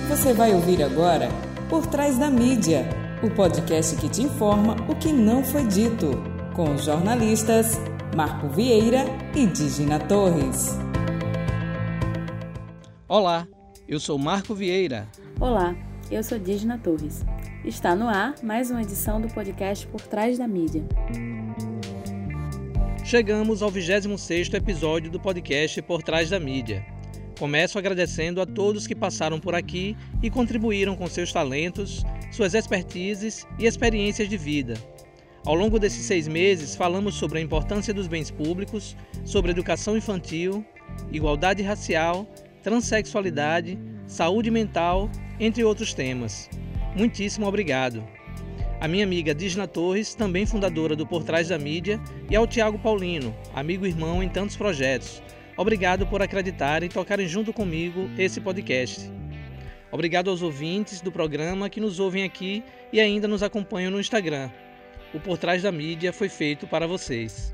Você vai ouvir agora Por Trás da Mídia, o podcast que te informa o que não foi dito, com os jornalistas Marco Vieira e Dígina Torres. Olá, eu sou Marco Vieira. Olá, eu sou Dígina Torres. Está no ar mais uma edição do podcast Por Trás da Mídia. Chegamos ao 26º episódio do podcast Por Trás da Mídia. Começo agradecendo a todos que passaram por aqui e contribuíram com seus talentos, suas expertises e experiências de vida. Ao longo desses 6 meses, falamos sobre a importância dos bens públicos, sobre educação infantil, igualdade racial, transexualidade, saúde mental, entre outros temas. Muitíssimo obrigado. A minha amiga Dígina Torres, também fundadora do Por Trás da Mídia, e ao Tiago Paulino, amigo e irmão em tantos projetos. Obrigado por acreditarem e tocarem junto comigo esse podcast. Obrigado aos ouvintes do programa que nos ouvem aqui e ainda nos acompanham no Instagram. O Por Trás da Mídia foi feito para vocês.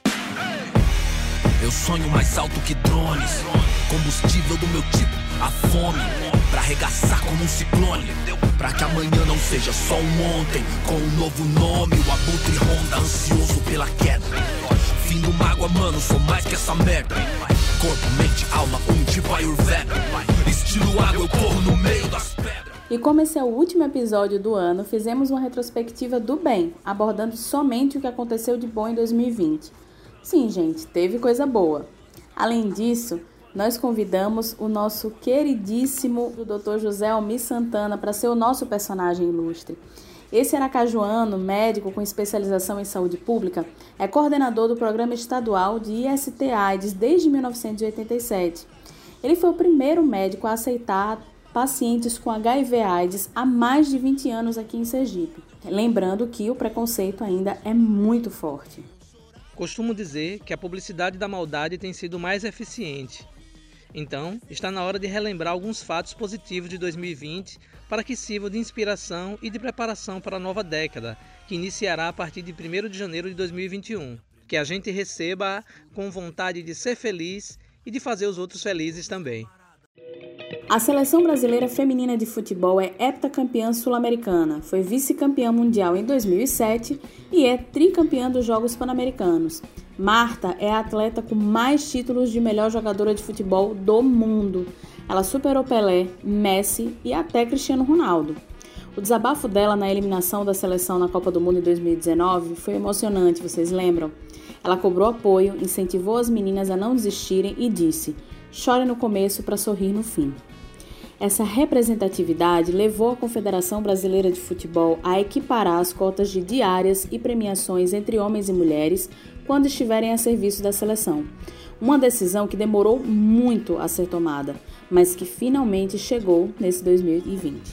Eu sonho mais alto que drones, combustível do meu tipo, a fome, pra arregaçar como um ciclone, pra que amanhã não seja só um ontem, com um novo nome, o abutre ronda, ansioso pela queda. Fim do mágoa, mano, sou mais que essa merda. Corpo, mente, alma, tipo Ayurveda. Estilo água, eu corro no meio das pedras. E como esse é o último episódio do ano, fizemos uma retrospectiva do bem, abordando somente o que aconteceu de bom em 2020. Sim, gente, teve coisa boa. Além disso, nós convidamos o nosso queridíssimo Dr. José Almir Santana para ser o nosso personagem ilustre. Esse aracajuano, médico com especialização em saúde pública, é coordenador do Programa Estadual de IST-AIDS desde 1987. Ele foi o primeiro médico a aceitar pacientes com HIV/AIDS há mais de 20 anos aqui em Sergipe. Lembrando que o preconceito ainda é muito forte. Costumo dizer que a publicidade da maldade tem sido mais eficiente. Então, está na hora de relembrar alguns fatos positivos de 2020 para que sirvam de inspiração e de preparação para a nova década, que iniciará a partir de 1º de janeiro de 2021. Que a gente receba com vontade de ser feliz e de fazer os outros felizes também. A Seleção Brasileira Feminina de Futebol é heptacampeã sul-americana, foi vice-campeã mundial em 2007 e é tricampeã dos Jogos Pan-Americanos. Marta é a atleta com mais títulos de melhor jogadora de futebol do mundo. Ela superou Pelé, Messi e até Cristiano Ronaldo. O desabafo dela na eliminação da seleção na Copa do Mundo em 2019 foi emocionante, vocês lembram? Ela cobrou apoio, incentivou as meninas a não desistirem e disse: "Chore no começo para sorrir no fim". Essa representatividade levou a Confederação Brasileira de Futebol a equiparar as cotas de diárias e premiações entre homens e mulheres quando estiverem a serviço da seleção. Uma decisão que demorou muito a ser tomada, mas que finalmente chegou nesse 2020.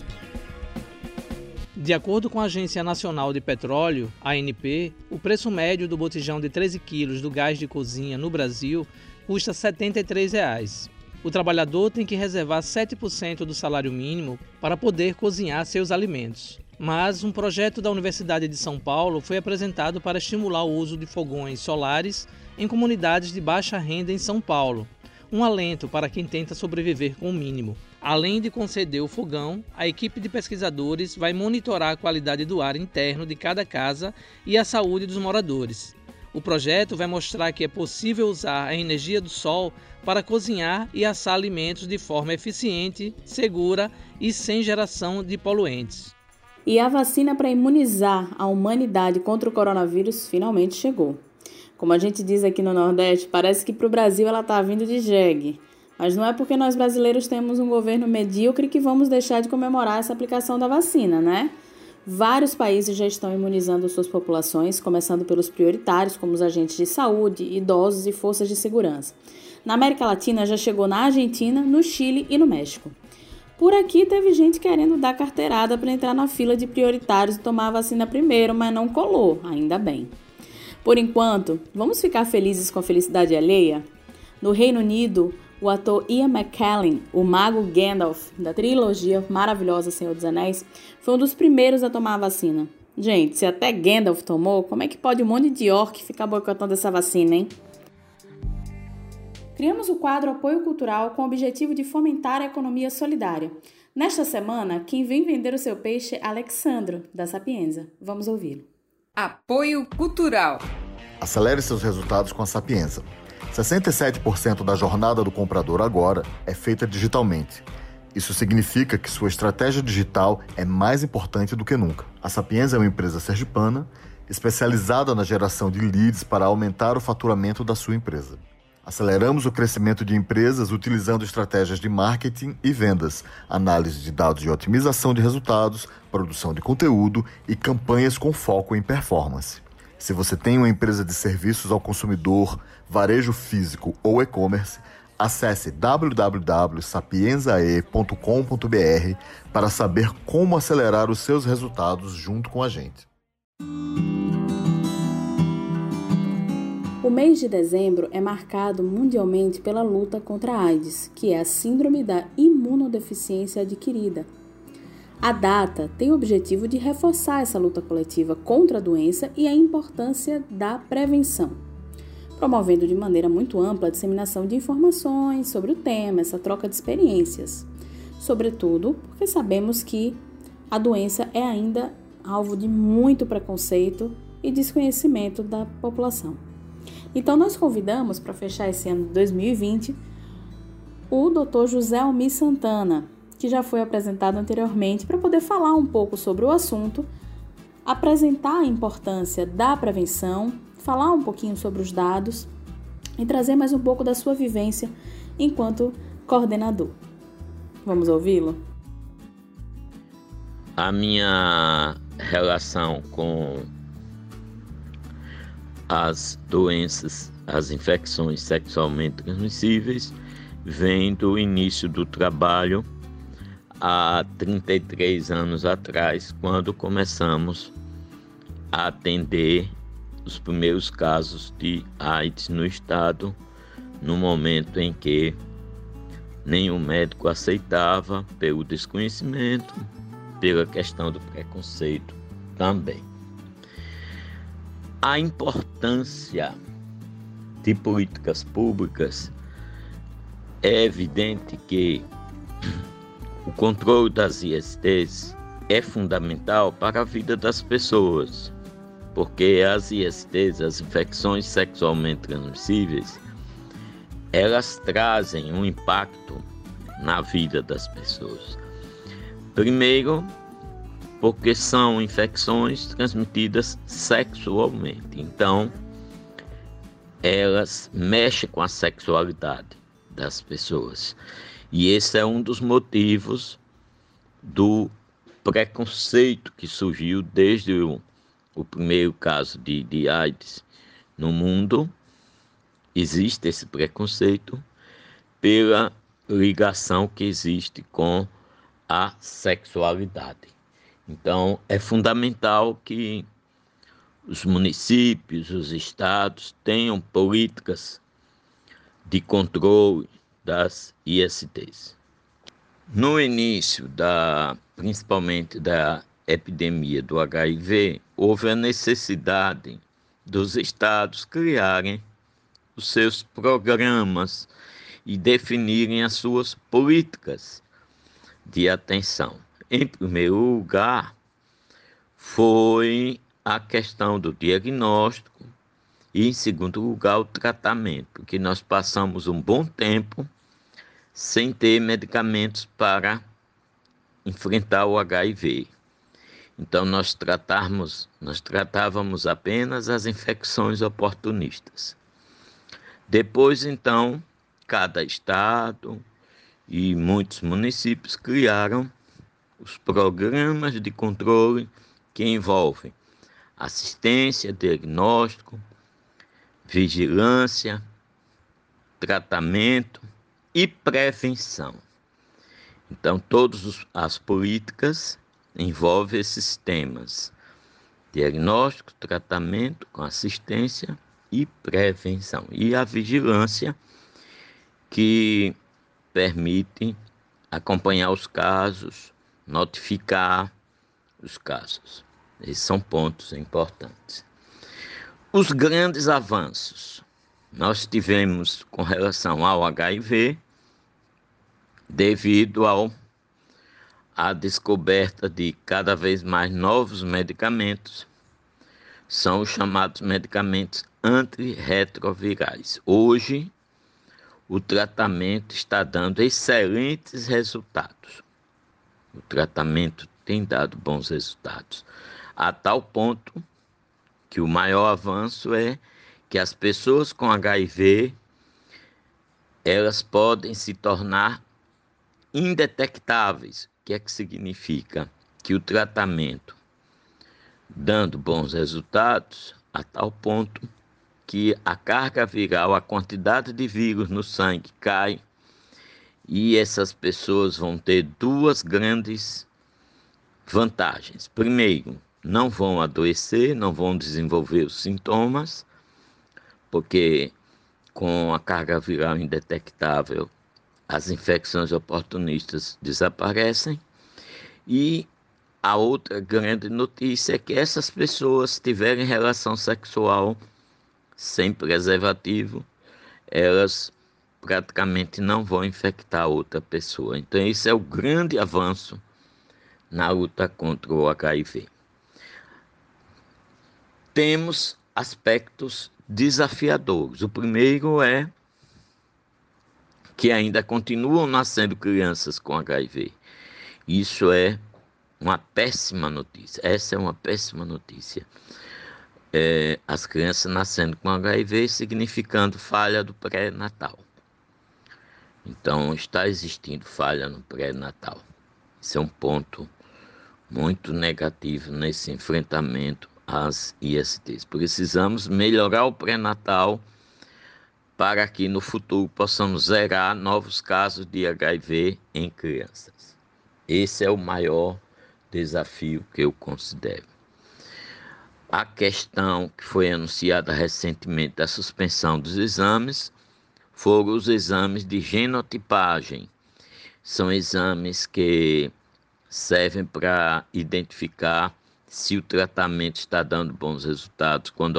De acordo com a Agência Nacional de Petróleo, ANP, o preço médio do botijão de 13 quilos do gás de cozinha no Brasil custa R$ 73. O trabalhador tem que reservar 7% do salário mínimo para poder cozinhar seus alimentos. Mas um projeto da Universidade de São Paulo foi apresentado para estimular o uso de fogões solares em comunidades de baixa renda em São Paulo. Um alento para quem tenta sobreviver com o mínimo. Além de conceder o fogão, a equipe de pesquisadores vai monitorar a qualidade do ar interno de cada casa e a saúde dos moradores. O projeto vai mostrar que é possível usar a energia do sol para cozinhar e assar alimentos de forma eficiente, segura e sem geração de poluentes. E a vacina para imunizar a humanidade contra o coronavírus finalmente chegou. Como a gente diz aqui no Nordeste, parece que para o Brasil ela está vindo de jegue. Mas não é porque nós brasileiros temos um governo medíocre que vamos deixar de comemorar essa aplicação da vacina, né? Vários países já estão imunizando suas populações, começando pelos prioritários, como os agentes de saúde, idosos e forças de segurança. Na América Latina já chegou na Argentina, no Chile e no México. Por aqui teve gente querendo dar carteirada para entrar na fila de prioritários e tomar a vacina primeiro, mas não colou, ainda bem. Por enquanto, vamos ficar felizes com a felicidade alheia? No Reino Unido, o ator Ian McKellen, o mago Gandalf, da trilogia maravilhosa Senhor dos Anéis, foi um dos primeiros a tomar a vacina. Gente, se até Gandalf tomou, como é que pode um monte de orc ficar boicotando essa vacina, hein? criamos o quadro Apoio Cultural com o objetivo de fomentar a economia solidária. Nesta semana, quem vem vender o seu peixe é Alexandro, da Sapienza. Vamos ouvi-lo. Apoio Cultural. Acelere seus resultados com a Sapienza. 67% da jornada do comprador agora é feita digitalmente. Isso significa que sua estratégia digital é mais importante do que nunca. A Sapienza é uma empresa sergipana especializada na geração de leads para aumentar o faturamento da sua empresa. Aceleramos o crescimento de empresas utilizando estratégias de marketing e vendas, análise de dados de otimização de resultados, produção de conteúdo e campanhas com foco em performance. Se você tem uma empresa de serviços ao consumidor, varejo físico ou e-commerce, acesse www.sapienzae.com.br para saber como acelerar os seus resultados junto com a gente. O mês de dezembro é marcado mundialmente pela luta contra a AIDS, que é a síndrome da imunodeficiência adquirida. A data tem o objetivo de reforçar essa luta coletiva contra a doença e a importância da prevenção, promovendo de maneira muito ampla a disseminação de informações sobre o tema, essa troca de experiências, sobretudo porque sabemos que a doença é ainda alvo de muito preconceito e desconhecimento da população. Então, nós convidamos para fechar esse ano de 2020 o Dr. José Almir Santana, que já foi apresentado anteriormente, para poder falar um pouco sobre o assunto, apresentar a importância da prevenção, falar um pouquinho sobre os dados e trazer mais um pouco da sua vivência enquanto coordenador. Vamos ouvi-lo? A minha relação com as doenças, as infecções sexualmente transmissíveis, vem do início do trabalho há 33 anos atrás, quando começamos a atender os primeiros casos de AIDS no estado, no momento em que nenhum médico aceitava, pelo desconhecimento, pela questão do preconceito também. A importância de políticas públicas é evidente que o controle das ISTs é fundamental para a vida das pessoas, porque as ISTs, as infecções sexualmente transmissíveis, elas trazem um impacto na vida das pessoas. Primeiro, porque são infecções transmitidas sexualmente. Então, elas mexem com a sexualidade das pessoas. E esse é um dos motivos do preconceito que surgiu desde o primeiro caso de AIDS no mundo. Existe esse preconceito pela ligação que existe com a sexualidade. Então, é fundamental que os municípios, os estados tenham políticas de controle das ISTs. No início, principalmente da epidemia do HIV, houve a necessidade dos estados criarem os seus programas e definirem as suas políticas de atenção. Em primeiro lugar, foi a questão do diagnóstico e, em segundo lugar, o tratamento, porque nós passamos um bom tempo sem ter medicamentos para enfrentar o HIV. Então, nós tratávamos apenas as infecções oportunistas. Depois, então, cada estado e muitos municípios criaram os programas de controle que envolvem assistência, diagnóstico, vigilância, tratamento e prevenção. Então, todas as políticas envolvem esses temas: diagnóstico, tratamento com assistência e prevenção. E a vigilância, que permite acompanhar os casos, notificar os casos. Esses são pontos importantes. Os grandes avanços nós tivemos com relação ao HIV, devido à descoberta de cada vez mais novos medicamentos, são os chamados medicamentos antirretrovirais. Hoje, o tratamento está dando excelentes resultados. O tratamento tem dado bons resultados, a tal ponto que o maior avanço é que as pessoas com HIV, elas podem se tornar indetectáveis. O que é que significa? Que o tratamento, dando bons resultados, a tal ponto que a carga viral, a quantidade de vírus no sangue cai, e essas pessoas vão ter duas grandes vantagens. Primeiro, não vão adoecer, não vão desenvolver os sintomas, porque com a carga viral indetectável, as infecções oportunistas desaparecem. E a outra grande notícia é que essas pessoas tiverem relação sexual sem preservativo, elas praticamente não vão infectar outra pessoa. Então esse é o grande avanço na luta contra o HIV. Temos aspectos desafiadores. O primeiro é que ainda continuam nascendo crianças com HIV. Isso é uma péssima notícia. Essa é uma péssima notícia. As crianças nascendo com HIV significando falha do pré-natal. Então, está existindo falha no pré-natal. Isso é um ponto muito negativo nesse enfrentamento às ISTs. Precisamos melhorar o pré-natal para que no futuro possamos zerar novos casos de HIV em crianças. Esse é o maior desafio que eu considero. A questão que foi anunciada recentemente da suspensão dos exames foram os exames de genotipagem. São exames que servem para identificar se o tratamento está dando bons resultados, quando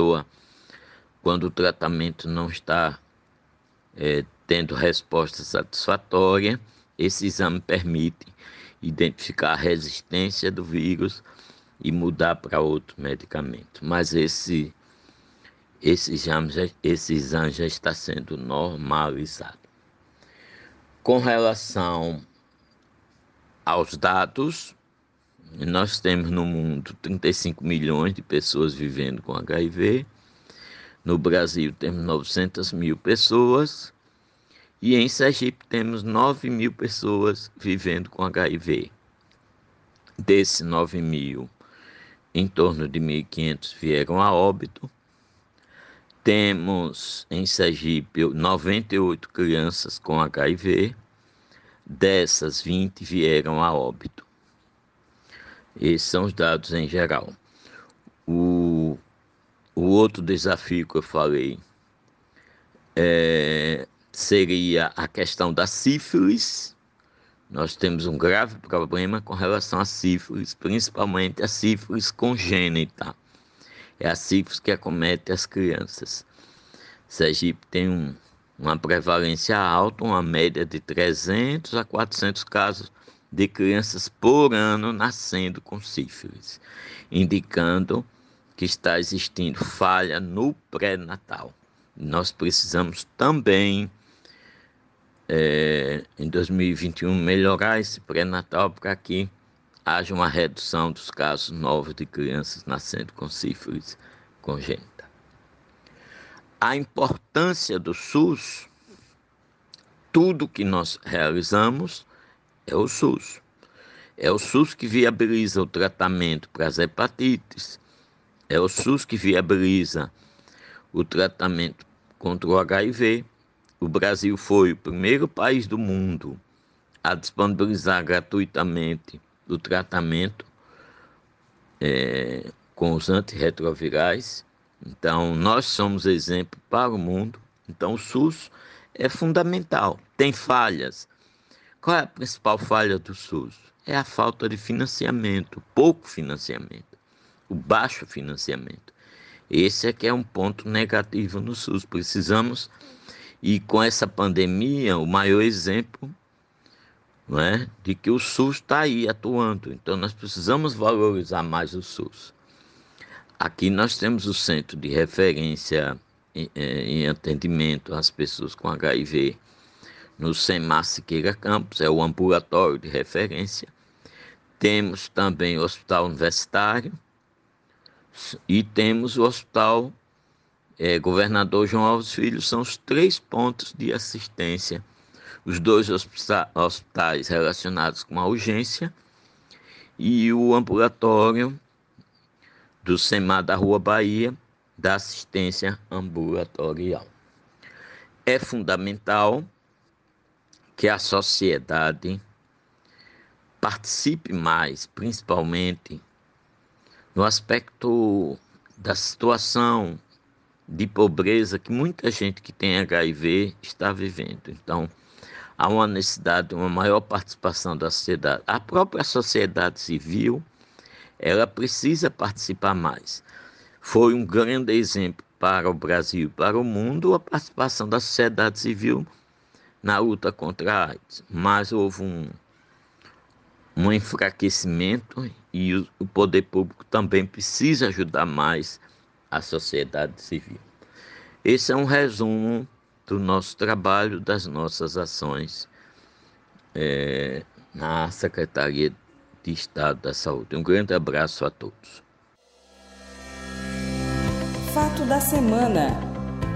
o tratamento não está tendo resposta satisfatória. Esse exame permite identificar a resistência do vírus e mudar para outro medicamento. Mas esse exame já está sendo normalizado. Com relação aos dados, nós temos no mundo 35 milhões de pessoas vivendo com HIV. No Brasil temos 900 mil pessoas. E em Sergipe temos 9 mil pessoas vivendo com HIV. Desses 9 mil, em torno de 1.500 vieram a óbito. Temos em Sergipe 98 crianças com HIV. Dessas, 20 vieram a óbito. Esses são os dados em geral. O outro desafio que eu falei seria a questão da sífilis. Nós temos um grave problema com relação à sífilis, principalmente a sífilis congênita. É a sífilis que acomete as crianças. Sergipe tem uma prevalência alta, uma média de 300 a 400 casos de crianças por ano nascendo com sífilis, indicando que está existindo falha no pré-natal. Nós precisamos também, em 2021, melhorar esse pré-natal para que haja uma redução dos casos novos de crianças nascendo com sífilis congênita. A importância do SUS, tudo que nós realizamos é o SUS. É o SUS que viabiliza o tratamento para as hepatites, é o SUS que viabiliza o tratamento contra o HIV. O Brasil foi o primeiro país do mundo a disponibilizar gratuitamente o tratamento com os antirretrovirais. Então, nós somos exemplo para o mundo. Então, o SUS é fundamental. Tem falhas. Qual é a principal falha do SUS? É a falta de financiamento, pouco financiamento, o baixo financiamento. Esse é que é um ponto negativo no SUS. Precisamos, e com essa pandemia, o maior exemplo, não é, de que o SUS está aí atuando. Então nós precisamos valorizar mais o SUS. Aqui nós temos o centro de referência em atendimento às pessoas com HIV, no SEMAR Siqueira Campos, é o ambulatório de referência. Temos também o Hospital Universitário e temos o Hospital Governador João Alves Filho. São os 3 pontos de assistência, os 2 hospitais relacionados com a urgência e o ambulatório do SEMAR da Rua Bahia, da assistência ambulatorial. É fundamental que a sociedade participe mais, principalmente no aspecto da situação de pobreza que muita gente que tem HIV está vivendo. Então, há uma necessidade de uma maior participação da sociedade. A própria sociedade civil, ela precisa participar mais. Foi um grande exemplo para o Brasil e para o mundo a participação da sociedade civil na luta contra a AIDS, mas houve um enfraquecimento e o poder público também precisa ajudar mais a sociedade civil. Esse é um resumo do nosso trabalho, das nossas ações na Secretaria de Estado da Saúde. Um grande abraço a todos. Fato da semana.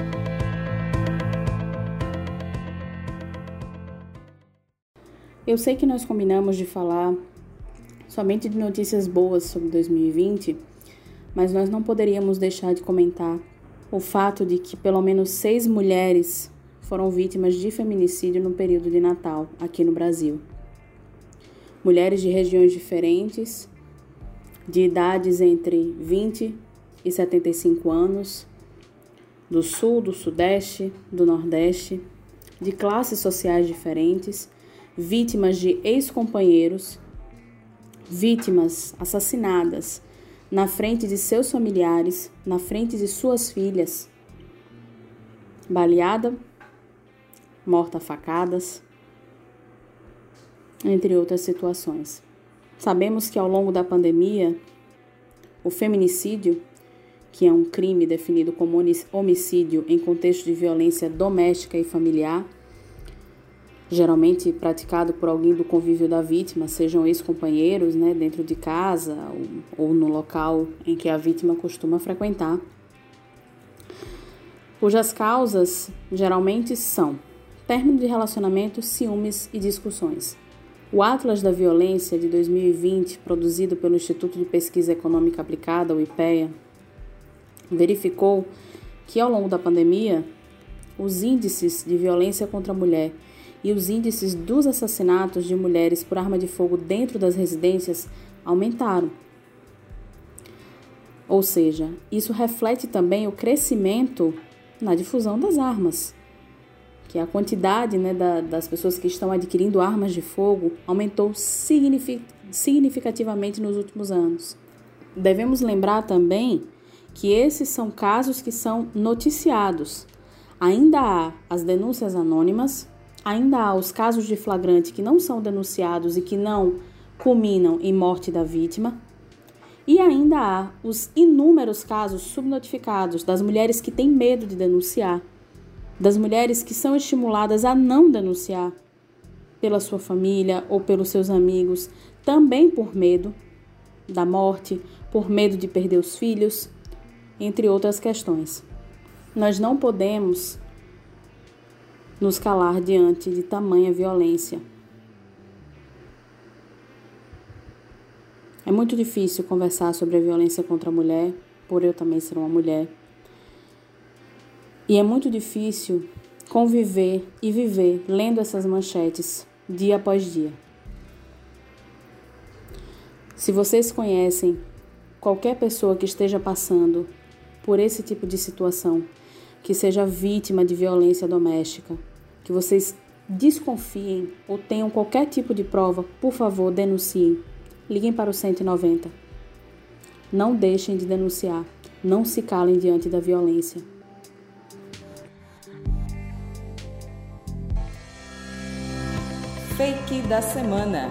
Eu sei que nós combinamos de falar somente de notícias boas sobre 2020, mas nós não poderíamos deixar de comentar o fato de que pelo menos 6 mulheres foram vítimas de feminicídio no período de Natal aqui no Brasil. Mulheres de regiões diferentes, de idades entre 20 e 75 anos, do Sul, do Sudeste, do Nordeste, de classes sociais diferentes, vítimas de ex-companheiros, vítimas assassinadas na frente de seus familiares, na frente de suas filhas, baleada, morta a facadas, entre outras situações. Sabemos que ao longo da pandemia, o feminicídio, que é um crime definido como homicídio em contexto de violência doméstica e familiar, geralmente praticado por alguém do convívio da vítima, sejam ex-companheiros, dentro de casa ou no local em que a vítima costuma frequentar, cujas causas geralmente são término de relacionamento, ciúmes e discussões. O Atlas da Violência de 2020, produzido pelo Instituto de Pesquisa Econômica Aplicada, o IPEA, verificou que ao longo da pandemia, os índices de violência contra a mulher e os índices dos assassinatos de mulheres por arma de fogo dentro das residências aumentaram. Ou seja, isso reflete também o crescimento na difusão das armas, que a quantidade das pessoas que estão adquirindo armas de fogo aumentou significativamente nos últimos anos. Devemos lembrar também que esses são casos que são noticiados. Ainda há as denúncias anônimas, ainda há os casos de flagrante que não são denunciados e que não culminam em morte da vítima, e ainda há os inúmeros casos subnotificados das mulheres que têm medo de denunciar, das mulheres que são estimuladas a não denunciar pela sua família ou pelos seus amigos, também por medo da morte, por medo de perder os filhos, entre outras questões. Nós não podemos nos calar diante de tamanha violência. É muito difícil conversar sobre a violência contra a mulher, por eu também ser uma mulher. E é muito difícil conviver e viver lendo essas manchetes dia após dia. Se vocês conhecem qualquer pessoa que esteja passando por esse tipo de situação, que seja vítima de violência doméstica, que vocês desconfiem ou tenham qualquer tipo de prova, por favor, denunciem. Liguem para o 190. Não deixem de denunciar. Não se calem diante da violência. Fake da semana.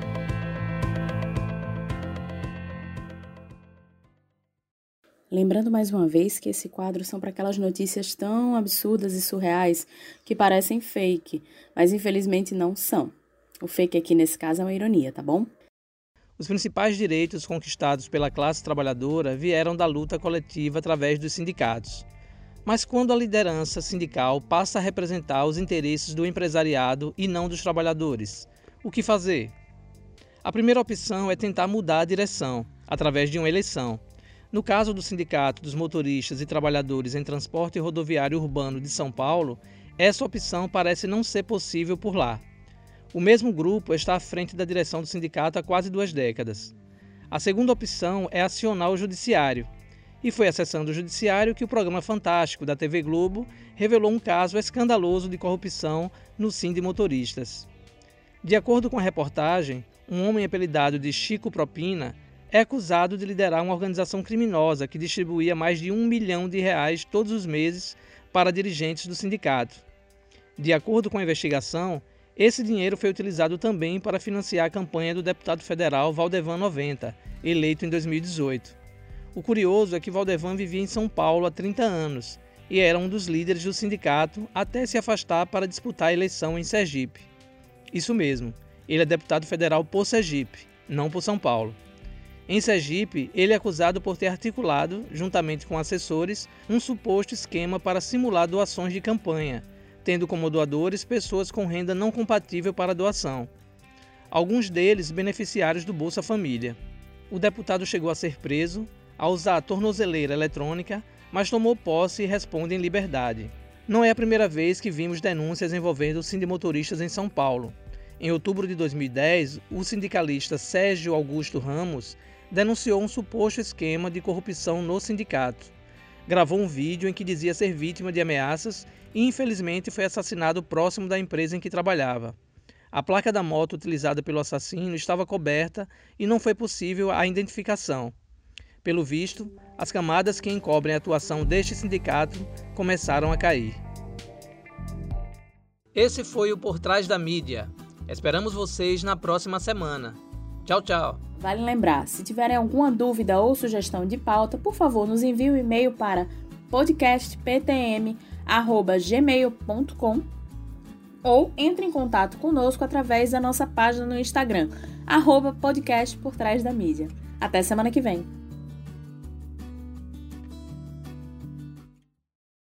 Lembrando mais uma vez que esse quadro são para aquelas notícias tão absurdas e surreais que parecem fake, mas infelizmente não são. O fake aqui nesse caso é uma ironia, tá bom? Os principais direitos conquistados pela classe trabalhadora vieram da luta coletiva através dos sindicatos. Mas quando a liderança sindical passa a representar os interesses do empresariado e não dos trabalhadores, o que fazer? A primeira opção é tentar mudar a direção, através de uma eleição. No caso do Sindicato dos Motoristas e Trabalhadores em Transporte Rodoviário Urbano de São Paulo, essa opção parece não ser possível por lá. O mesmo grupo está à frente da direção do sindicato há quase 2 décadas. A segunda opção é acionar o judiciário. E foi acessando o judiciário que o programa Fantástico da TV Globo revelou um caso escandaloso de corrupção no Sindimotoristas. De acordo com a reportagem, um homem apelidado de Chico Propina é acusado de liderar uma organização criminosa que distribuía mais de R$1 milhão todos os meses para dirigentes do sindicato. De acordo com a investigação, esse dinheiro foi utilizado também para financiar a campanha do deputado federal Valdevan 90, eleito em 2018. O curioso é que Valdevan vivia em São Paulo há 30 anos e era um dos líderes do sindicato até se afastar para disputar a eleição em Sergipe. Isso mesmo, ele é deputado federal por Sergipe, não por São Paulo. Em Sergipe, ele é acusado por ter articulado, juntamente com assessores, um suposto esquema para simular doações de campanha, tendo como doadores pessoas com renda não compatível para a doação. Alguns deles beneficiários do Bolsa Família. O deputado chegou a ser preso, a usar a tornozeleira eletrônica, mas tomou posse e responde em liberdade. Não é a primeira vez que vimos denúncias envolvendo sindimotoristas em São Paulo. Em outubro de 2010, o sindicalista Sérgio Augusto Ramos denunciou um suposto esquema de corrupção no sindicato. Gravou um vídeo em que dizia ser vítima de ameaças e, infelizmente, foi assassinado próximo da empresa em que trabalhava. A placa da moto utilizada pelo assassino estava coberta e não foi possível a identificação. Pelo visto, as camadas que encobrem a atuação deste sindicato começaram a cair. Esse foi o Por Trás da Mídia. Esperamos vocês na próxima semana. Tchau, tchau. Vale lembrar, se tiverem alguma dúvida ou sugestão de pauta, por favor, nos envie um e-mail para podcastptm@gmail.com ou entre em contato conosco através da nossa página no Instagram, @podcastportrásdamídia. Até semana que vem.